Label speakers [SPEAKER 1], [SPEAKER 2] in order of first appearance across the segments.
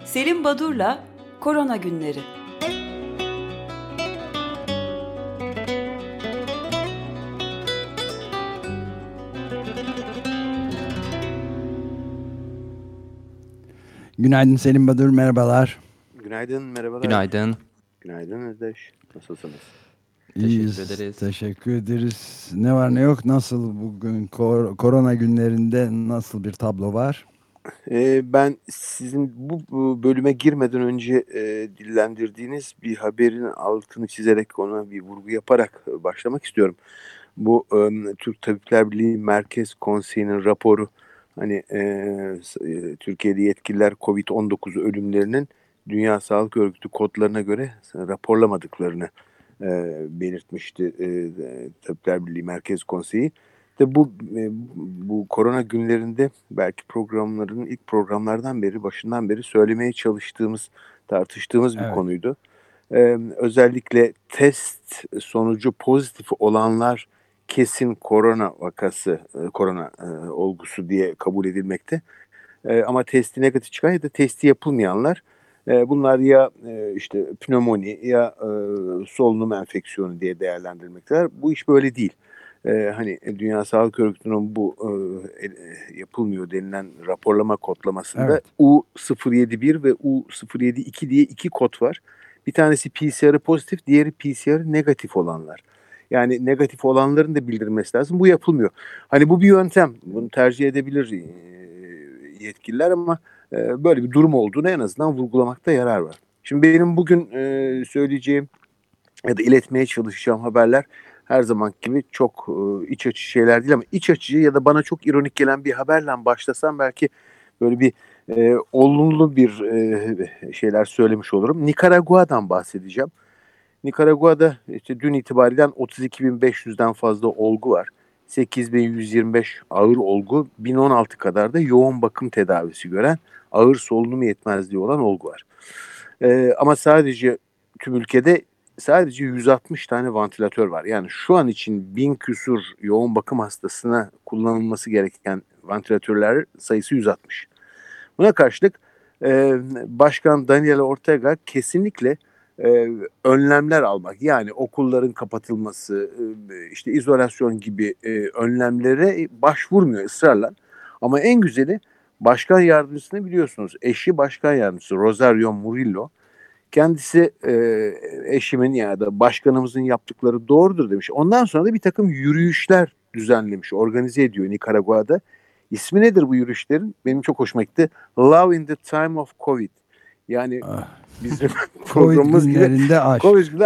[SPEAKER 1] Selim Badur'la Korona Günleri.
[SPEAKER 2] Günaydın Selim Badur, merhabalar.
[SPEAKER 3] Günaydın, merhabalar.
[SPEAKER 4] Günaydın.
[SPEAKER 3] Günaydın Özdeş. Nasılsınız?
[SPEAKER 2] İyiyiz,
[SPEAKER 4] Teşekkür ederiz.
[SPEAKER 2] teşekkür ederiz. Ne var ne yok, nasıl bugün korona günlerinde nasıl bir tablo var?
[SPEAKER 3] Ben sizin bu bölüme girmeden önce dillendirdiğiniz bir haberin altını çizerek ona bir vurgu yaparak başlamak istiyorum. Bu Türk Tabipler Birliği Merkez Konseyi'nin raporu, hani Türkiye'de yetkililer COVID-19 ölümlerinin Dünya Sağlık Örgütü kodlarına göre raporlamadıklarını belirtmişti Tabipler Birliği Merkez Konseyi. De bu korona günlerinde belki ilk programlardan beri, başından beri söylemeye çalıştığımız, tartıştığımız bir konuydu. Özellikle test sonucu pozitif olanlar kesin korona vakası, korona olgusu diye kabul edilmekte. Ama testi negatif çıkan ya da testi yapılmayanlar, bunlar ya işte pnömoni ya solunum enfeksiyonu diye değerlendirilmektedir. Bu iş böyle değil. Hani Dünya Sağlık Örgütü'nün bu yapılmıyor denilen raporlama kodlamasında evet, U071 ve U072 diye iki kod var. Bir tanesi PCR pozitif, diğeri PCR negatif olanlar. Yani negatif olanların da bildirilmesi lazım. Bu yapılmıyor. Hani bu bir yöntem. Bunu tercih edebilir yetkililer ama böyle bir durum olduğunu en azından vurgulamakta yarar var. Şimdi benim bugün söyleyeceğim ya da iletmeye çalışacağım haberler her zaman gibi çok iç açıcı şeyler değil ama iç açıcı ya da bana çok ironik gelen bir haberle başlasam belki böyle bir olumlu bir şeyler söylemiş olurum. Nikaragua'dan bahsedeceğim. Nikaragua'da işte dün itibariyle 32.500'den fazla olgu var. 8.125 ağır olgu, 1016 kadar da yoğun bakım tedavisi gören ağır solunum yetmezliği olan olgu var. Ama tüm ülkede sadece 160 tane vantilatör var. Yani şu an için 1000 küsur yoğun bakım hastasına kullanılması gereken vantilatörler sayısı 160. Buna karşılık Başkan Daniel Ortega kesinlikle önlemler almak, yani okulların kapatılması, işte izolasyon gibi önlemlere başvurmuyor ısrarla. Ama en güzeli, başkan yardımcısını biliyorsunuz, eşi başkan yardımcısı Rosario Murillo. Kendisi eşimin ya da başkanımızın yaptıkları doğrudur demiş. Ondan sonra da bir takım yürüyüşler düzenlemiş, organize ediyor Nikaragua'da. İsmi nedir bu yürüyüşlerin? Benim çok hoşuma gitti. Love in the time of Covid. Yani bizim programımız
[SPEAKER 2] Covid günlerinde aşk.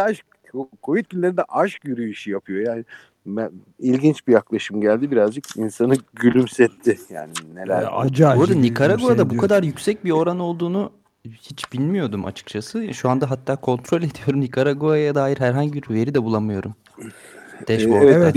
[SPEAKER 3] Covid günlerinde aşk yürüyüşü yapıyor. Yani ilginç bir yaklaşım geldi. Birazcık insanı gülümsetti. Yani neler.
[SPEAKER 4] Acayip. Bu arada Nikaragua'da bu kadar yüksek bir oran olduğunu hiç bilmiyordum açıkçası. Şu anda hatta kontrol ediyorum. Nikaragua'ya dair herhangi bir veri de bulamıyorum.
[SPEAKER 2] Evet.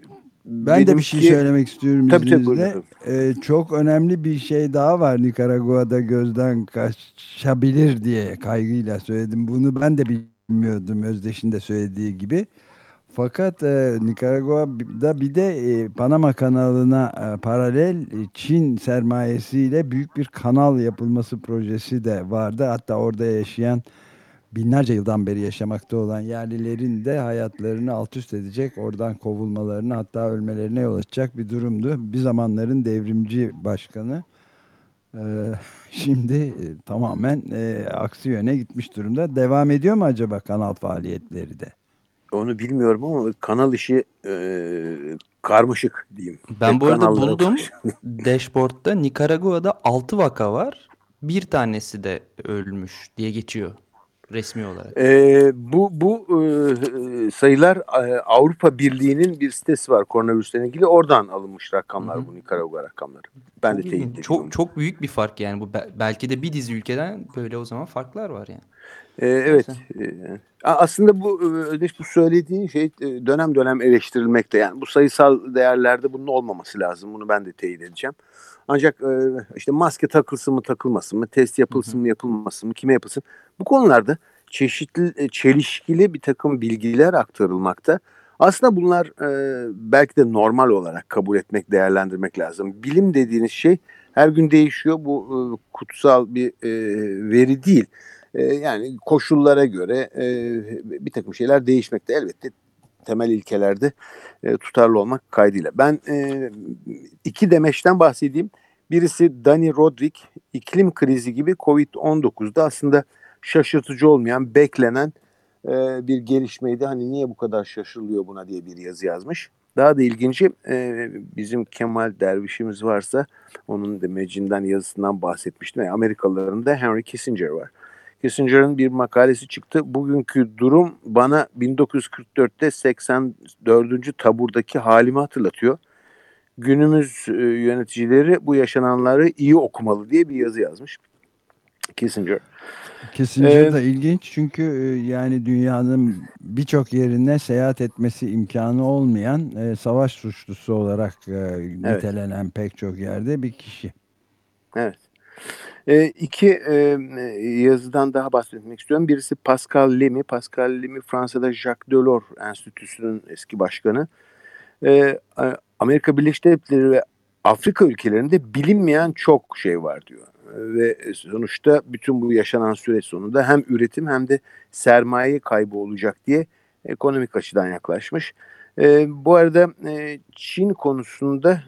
[SPEAKER 2] Ben de bir şey söylemek istiyorum izninizle. Çok önemli bir şey daha var, Nikaragua'da gözden kaçabilir diye kaygıyla söyledim. Bunu ben de bilmiyordum, Özdeş'in de söylediği gibi. Fakat Nikaragua'da bir de Panama kanalına paralel Çin sermayesiyle büyük bir kanal yapılması projesi de vardı. Hatta orada yaşayan, binlerce yıldan beri yaşamakta olan yerlilerin de hayatlarını alt üst edecek, oradan kovulmalarını, hatta ölmelerine yol açacak bir durumdu. Bir zamanların devrimci başkanı şimdi tamamen aksi yöne gitmiş durumda. Devam ediyor mu acaba kanal faaliyetleri de?
[SPEAKER 3] Onu bilmiyorum ama kanal işi karmaşık diyeyim.
[SPEAKER 4] Ben bu arada buldum. Dashboard'da Nikaragua'da 6 vaka var. Bir tanesi de ölmüş diye geçiyor resmi olarak.
[SPEAKER 3] Bu sayılar Avrupa Birliği'nin bir sitesi var koronavirüsle ilgili. Oradan alınmış rakamlar, bu Nikaragua rakamları. Ben çok de teyit ediyorum.
[SPEAKER 4] Çok büyük bir fark yani. Bu belki de bir dizi ülkeden böyle o zaman farklar var yani.
[SPEAKER 3] Evet. Aslında bu söylediğin şey dönem dönem eleştirilmekte. Yani bu sayısal değerlerde bunun olmaması lazım. Bunu ben de teyit edeceğim. Ancak işte maske takılsın mı takılmasın mı, test yapılsın mı yapılmasın mı, kime yapılsın, bu konularda çelişkili bir takım bilgiler aktarılmakta. Aslında bunlar belki de normal olarak kabul etmek, değerlendirmek lazım. Bilim dediğiniz şey her gün değişiyor. Bu kutsal bir veri değil. Yani koşullara göre bir takım şeyler değişmekte elbette temel ilkelerde tutarlı olmak kaydıyla. Ben iki demeçten bahsedeyim. Birisi Dani Rodrik, iklim krizi gibi Covid-19'da aslında şaşırtıcı olmayan, beklenen bir gelişmeydi. Hani niye bu kadar şaşırılıyor buna diye bir yazı yazmış. Daha da ilginci bizim Kemal Derviş'imiz varsa onun demecinden yazısından bahsetmiştim. Amerikalıların da Henry Kissinger var. Kissinger'ın bir makalesi çıktı. Bugünkü durum bana 1944'te 84. taburdaki halimi hatırlatıyor. Günümüz yöneticileri bu yaşananları iyi okumalı diye bir yazı yazmış Kissinger.
[SPEAKER 2] Kissinger da ilginç çünkü yani dünyanın birçok yerine seyahat etmesi imkanı olmayan savaş suçlusu olarak nitelenen pek çok yerde bir kişi.
[SPEAKER 3] Evet. İki yazıdan daha bahsetmek istiyorum. Birisi Pascal Lamy. Pascal Lamy Fransa'da Jacques Delors Enstitüsü'nün eski başkanı. Amerika Birleşik Devletleri ve Afrika ülkelerinde bilinmeyen çok şey var diyor. Ve sonuçta bütün bu yaşanan süreç sonunda hem üretim hem de sermaye kaybı olacak diye ekonomik açıdan yaklaşmış. Bu arada Çin konusunda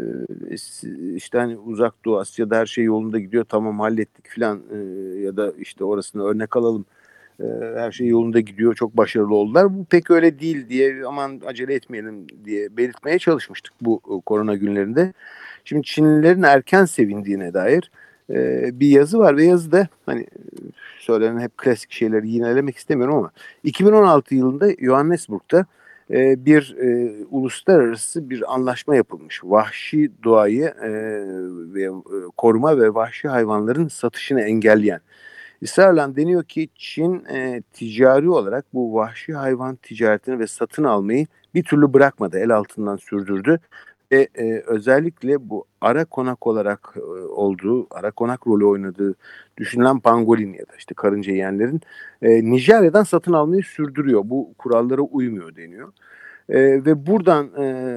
[SPEAKER 3] işte hani Uzak Doğu Asya'da her şey yolunda gidiyor, tamam hallettik filan ya da işte orasını örnek alalım, her şey yolunda gidiyor, çok başarılı oldular. Bu pek öyle değil diye, aman acele etmeyelim diye belirtmeye çalışmıştık bu korona günlerinde. Şimdi Çinlilerin erken sevindiğine dair bir yazı var ve yazıda hani söylenen hep klasik şeyleri yinelemek istemiyorum ama 2016 yılında Johannesburg'da bir uluslararası bir anlaşma yapılmış. Vahşi doğayı ve koruma ve vahşi hayvanların satışını engelleyen. İsrarla deniyor ki Çin ticari olarak bu vahşi hayvan ticaretini ve satın almayı bir türlü bırakmadı, el altından sürdürdü. Ve özellikle bu ara konak olarak ara konak rolü oynadığı düşünülen pangolin ya da işte karınca yiyenlerin Nijerya'dan satın almayı sürdürüyor. Bu kurallara uymuyor deniyor. Ve buradan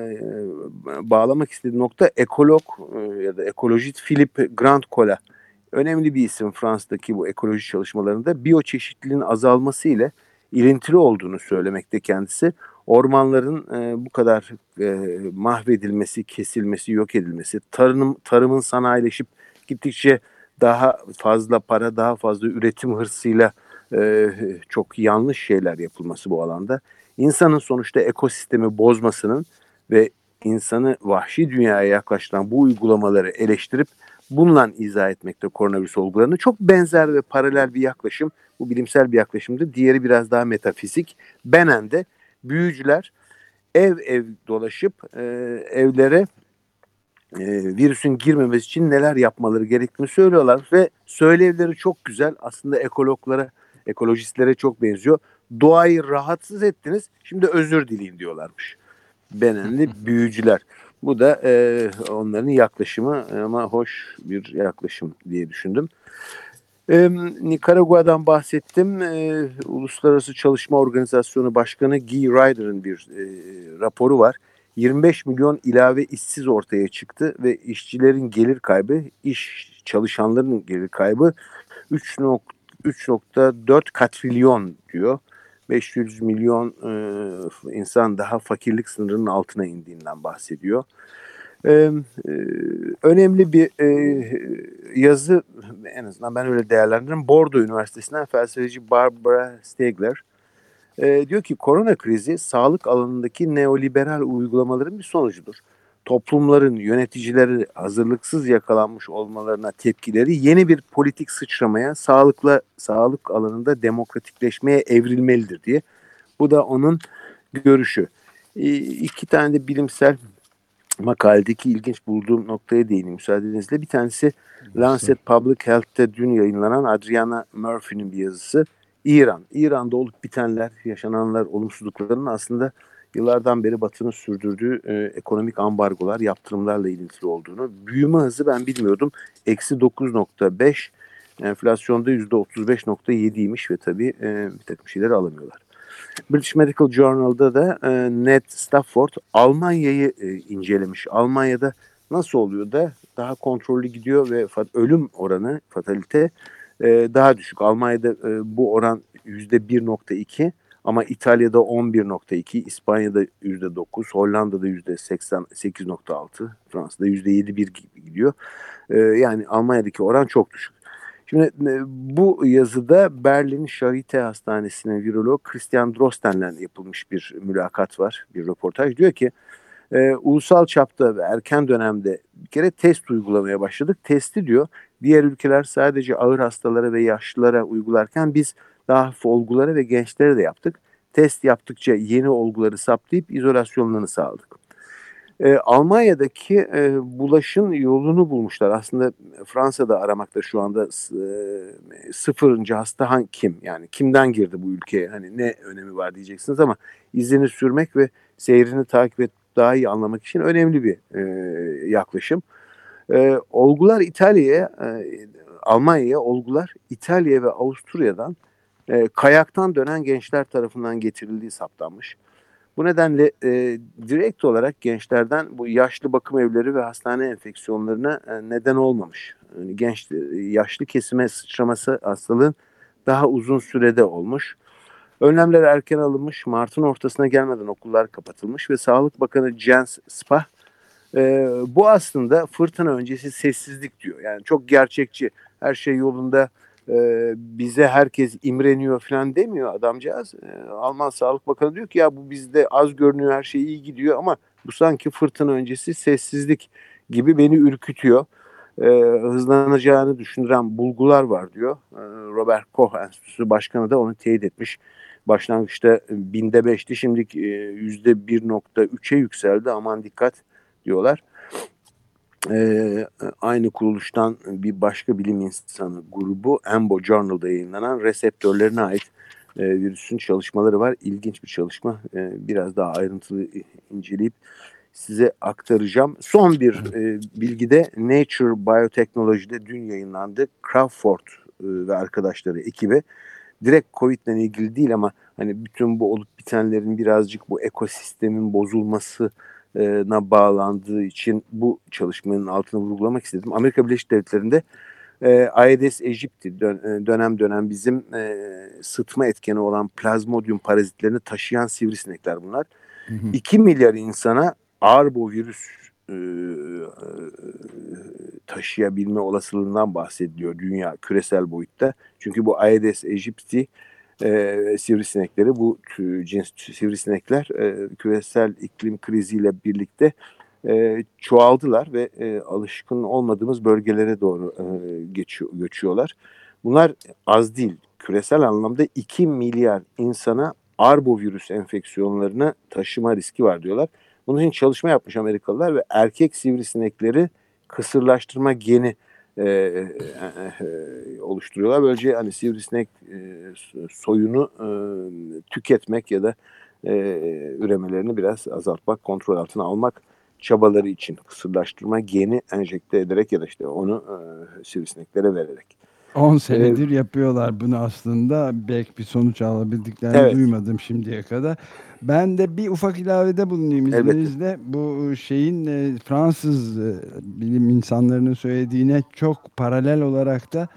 [SPEAKER 3] bağlamak istediğim nokta ekolog ya da ekolojist Philippe Grandcola. Önemli bir isim Fransa'daki bu ekoloji çalışmalarında biyoçeşitliliğin azalması ile ilintili olduğunu söylemekte kendisi. Ormanların bu kadar mahvedilmesi, kesilmesi, yok edilmesi, tarımın sanayileşip gittikçe daha fazla para, daha fazla üretim hırsıyla çok yanlış şeyler yapılması bu alanda. İnsanın sonuçta ekosistemi bozmasının ve insanı vahşi dünyaya yaklaştıran bu uygulamaları eleştirip bununla izah etmekte koronavirüs olgularını. Çok benzer ve paralel bir yaklaşım. Bu bilimsel bir yaklaşımdı. Diğeri biraz daha metafizik. Benen'de büyücüler ev ev dolaşıp evlere virüsün girmemesi için neler yapmaları gerektiğini söylüyorlar ve söylevleri çok güzel. Aslında ekolojistlere çok benziyor. Doğayı rahatsız ettiniz, şimdi özür dileyin diyorlarmış. Benenli büyücüler. Bu da onların yaklaşımı ama hoş bir yaklaşım diye düşündüm. Nikaragua'dan bahsettim. Uluslararası Çalışma Organizasyonu Başkanı Guy Ryder'ın bir raporu var. 25 milyon ilave işsiz ortaya çıktı ve işçilerin gelir kaybı, çalışanların gelir kaybı 3.4 katrilyon diyor. 500 milyon insan daha fakirlik sınırının altına indiğinden bahsediyor. Önemli bir yazı, en azından ben öyle değerlendiririm. Bordeaux Üniversitesi'nden felsefeci Barbara Stiegler diyor ki korona krizi sağlık alanındaki neoliberal uygulamaların bir sonucudur. Toplumların yöneticileri hazırlıksız yakalanmış olmalarına tepkileri yeni bir politik sıçramaya, sağlık alanında demokratikleşmeye evrilmelidir diye. Bu da onun görüşü. İki tane de bilimsel makaledeki ilginç bulduğum noktaya değineyim müsaadenizle. Bir tanesi Lancet Public Health'te dün yayınlanan Adriana Murphy'nin bir yazısı. İran'da olup bitenler, yaşananlar, olumsuzlukların aslında yıllardan beri Batı'nın sürdürdüğü ekonomik ambargolar, yaptırımlarla ilintili olduğunu. Büyüme hızı ben bilmiyordum. -9.5, enflasyonda %35.7'ymiş ve tabii bir takım şeyleri alamıyorlar. British Medical Journal'da da Ned Stafford Almanya'yı incelemiş. Almanya'da nasıl oluyor da daha kontrollü gidiyor ve ölüm oranı, fatalite daha düşük. Almanya'da bu oran %1.2 ama İtalya'da 11.2, İspanya'da %9, Hollanda'da %88.6, Fransa'da %7,1 gibi gidiyor. Yani Almanya'daki oran çok düşük. Şimdi bu yazıda Berlin Charité Hastanesi'ne virolog Christian Drosten'le yapılmış bir mülakat var, bir röportaj. Diyor ki ulusal çapta ve erken dönemde bir kere test uygulamaya başladık. Testi diyor diğer ülkeler sadece ağır hastalara ve yaşlılara uygularken biz daha hafif olgulara ve gençlere de yaptık. Test yaptıkça yeni olguları saptayıp izolasyonlarını sağladık. Almanya'daki bulaşın yolunu bulmuşlar. Aslında Fransa'da aramakta şu anda sıfırıncı hasta kim? Yani kimden girdi bu ülkeye? Hani ne önemi var diyeceksiniz ama izini sürmek ve seyrini takip et daha iyi anlamak için önemli bir yaklaşım. Olgular Almanya'ya olgular İtalya ve Avusturya'dan kayaktan dönen gençler tarafından getirildiği saptanmış. Bu nedenle direkt olarak gençlerden bu yaşlı bakım evleri ve hastane enfeksiyonlarına neden olmamış. Yani yaşlı kesime sıçraması hastalığın daha uzun sürede olmuş. Önlemler erken alınmış, Mart'ın ortasına gelmeden okullar kapatılmış ve Sağlık Bakanı Jens Spahn bu aslında fırtına öncesi sessizlik diyor. Yani çok gerçekçi, her şey yolunda, bize herkes imreniyor falan demiyor adamcağız. Alman Sağlık Bakanı diyor ki ya bu bizde az görünüyor, her şey iyi gidiyor ama bu sanki fırtına öncesi sessizlik gibi beni ürkütüyor. Hızlanacağını düşündüren bulgular var diyor. Robert Koch Enstitüsü Başkanı da onu teyit etmiş. Başlangıçta 5'ti, şimdi %1.3'e yükseldi, aman dikkat diyorlar. Aynı kuruluştan bir başka bilim insanı grubu EMBO Journal'da yayınlanan reseptörlerine ait virüsün çalışmaları var. İlginç bir çalışma. Biraz daha ayrıntılı inceleyip size aktaracağım. Son bir bilgi de Nature Biotechnology'de dün yayınlandı. Crawford ve arkadaşları ekibi direkt Covid ile ilgili değil ama hani bütün bu olup bitenlerin birazcık bu ekosistemin bozulması bağlandığı için bu çalışmanın altını vurgulamak istedim. Amerika Birleşik Devletleri'nde Aedes aegypti dönem dönem bizim sıtma etkeni olan plazmodium parazitlerini taşıyan sivrisinekler bunlar. 2 milyar insana arbovirüs taşıyabilme olasılığından bahsediliyor dünya küresel boyutta. Çünkü bu Aedes aegypti sivrisinekleri, bu cins sivrisinekler küresel iklim kriziyle birlikte çoğaldılar ve alışkın olmadığımız bölgelere doğru göçüyorlar. Bunlar az değil. Küresel anlamda 2 milyar insana arbovirüs enfeksiyonlarını taşıma riski var diyorlar. Bunun için çalışma yapmış Amerikalılar ve erkek sivrisinekleri kısırlaştırma geni oluşturuyorlar. Böylece hani sivrisinek soyunu tüketmek ya da üremelerini biraz azaltmak, kontrol altına almak çabaları için kısırlaştırma geni enjekte ederek ya da işte onu sivrisineklere vererek.
[SPEAKER 2] 10 senedir yapıyorlar bunu aslında. Belki bir sonuç alabildiklerini duymadım şimdiye kadar. Ben de bir ufak ilavede bulunayım izninizle. Evet. Bu şeyin Fransız bilim insanlarının söylediğine çok paralel olarak da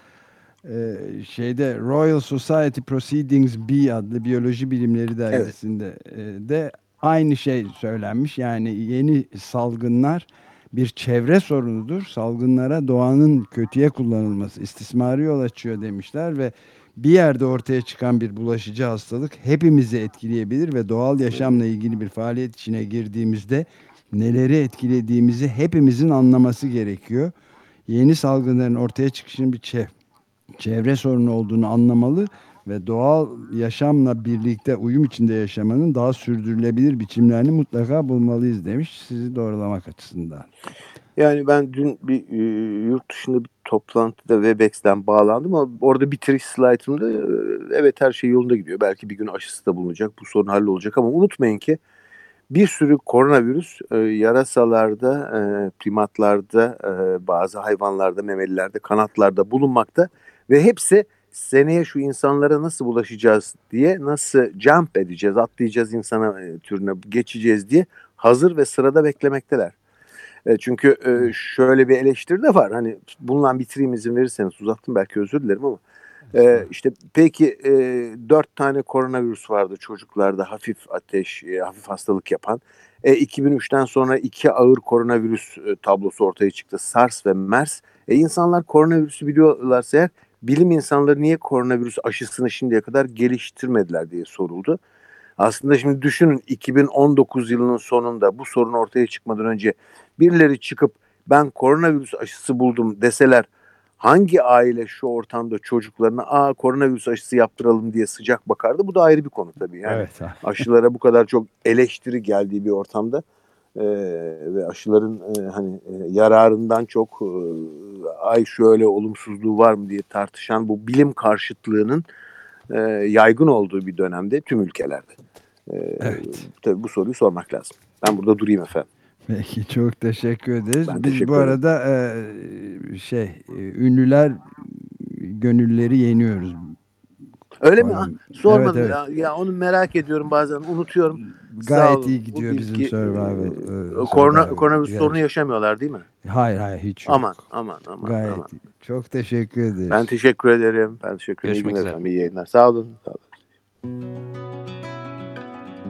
[SPEAKER 2] Royal Society Proceedings B adlı biyoloji bilimleri dergisinde de aynı şey söylenmiş. Yani yeni salgınlar bir çevre sorunudur. Salgınlara doğanın kötüye kullanılması, istismarı yol açıyor demişler ve bir yerde ortaya çıkan bir bulaşıcı hastalık hepimizi etkileyebilir ve doğal yaşamla ilgili bir faaliyet içine girdiğimizde neleri etkilediğimizi hepimizin anlaması gerekiyor. Yeni salgınların ortaya çıkışının bir çevre sorunu olduğunu anlamalı ve doğal yaşamla birlikte uyum içinde yaşamanın daha sürdürülebilir biçimlerini mutlaka bulmalıyız demiş, sizi doğrulamak açısından.
[SPEAKER 3] Yani ben dün bir yurt dışında bir toplantıda Webex'ten bağlandım ama orada bitiriş slaytımda evet her şey yolunda gidiyor. Belki bir gün aşısı da bulunacak, bu sorun hallolacak ama unutmayın ki bir sürü koronavirüs yarasalarda, primatlarda, bazı hayvanlarda, memelilerde, kanatlarda bulunmakta ve hepsi seneye şu insanlara nasıl bulaşacağız diye, nasıl jump edeceğiz, atlayacağız insana türüne geçeceğiz diye hazır ve sırada beklemekteler. Çünkü şöyle bir eleştiri de var. Hani bununla bitireyim, izin verirseniz, uzattım belki, özür dilerim ama işte peki 4 tane koronavirüs vardı çocuklarda, hafif ateş, hafif hastalık yapan. 2003'ten sonra 2 ağır koronavirüs tablosu ortaya çıktı. SARS ve MERS. İnsanlar koronavirüsü biliyorlarsa eğer, bilim insanları niye koronavirüs aşısını şimdiye kadar geliştirmediler diye soruldu. Aslında şimdi düşünün, 2019 yılının sonunda, bu sorun ortaya çıkmadan önce birileri çıkıp ben koronavirüs aşısı buldum deseler, hangi aile şu ortamda çocuklarına koronavirüs aşısı yaptıralım diye sıcak bakardı? Bu da ayrı bir konu tabii. Yani evet. Aşılara bu kadar çok eleştiri geldiği bir ortamda ve aşıların yararından çok şöyle olumsuzluğu var mı diye tartışan bu bilim karşıtlığının yaygın olduğu bir dönemde tüm ülkelerde. Evet. Tabii bu soruyu sormak lazım. Ben burada durayım efendim.
[SPEAKER 2] Peki, çok teşekkür ederiz. Biz bu arada ünlüler gönülleri yeniyoruz.
[SPEAKER 3] Öyle mi? Sormadım. Evet, evet. Ya onu merak ediyorum, bazen unutuyorum.
[SPEAKER 2] Gayet iyi gidiyor bizim Survivor.
[SPEAKER 3] Koronavirüs sorunu yaşamıyorlar değil mi?
[SPEAKER 2] Hayır hiç yok.
[SPEAKER 3] Aman.
[SPEAKER 2] Gayet iyi. Çok teşekkür ederiz.
[SPEAKER 3] Ben teşekkür ederim.
[SPEAKER 4] Görüşmek üzere.
[SPEAKER 3] İyi yayınlar. Sağ olun.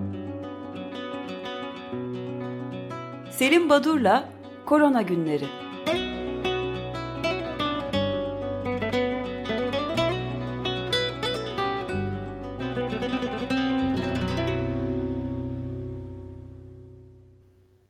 [SPEAKER 1] Selim Badur'la Korona Günleri.